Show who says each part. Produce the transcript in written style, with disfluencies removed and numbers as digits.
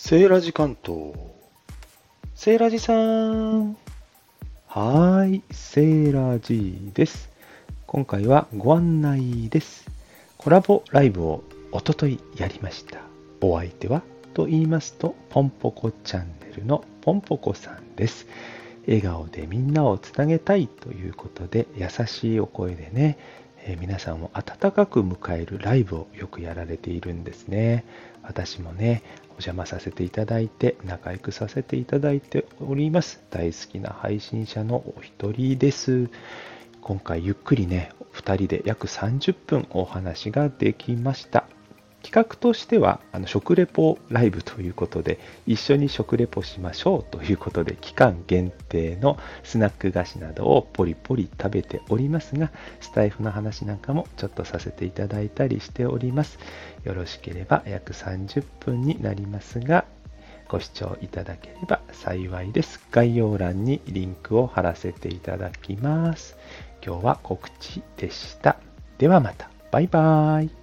Speaker 1: セーラジ関東。セーラジさん。はーい、セーラジです。今回はご案内です。コラボライブをおとといやりました。お相手はと言いますと、ポンポコチャンネルのポンポコさんです。笑顔でみんなをつなげたいということで、優しいお声でね、皆さんを温かく迎えるライブをよくやられているんですね。私もね、お邪魔させていただいて、仲良くさせていただいております。大好きな配信者のお一人です。今回ゆっくりね、2人で約30分お話ができました。企画としては食レポライブということで、一緒に食レポしましょうということで、期間限定のスナック菓子などをポリポリ食べておりますが、スタイフの話なんかもちょっとさせていただいたりしております。よろしければ約30分になりますが、ご視聴いただければ幸いです。概要欄にリンクを貼らせていただきます。今日は告知でした。ではまた。バイバーイ。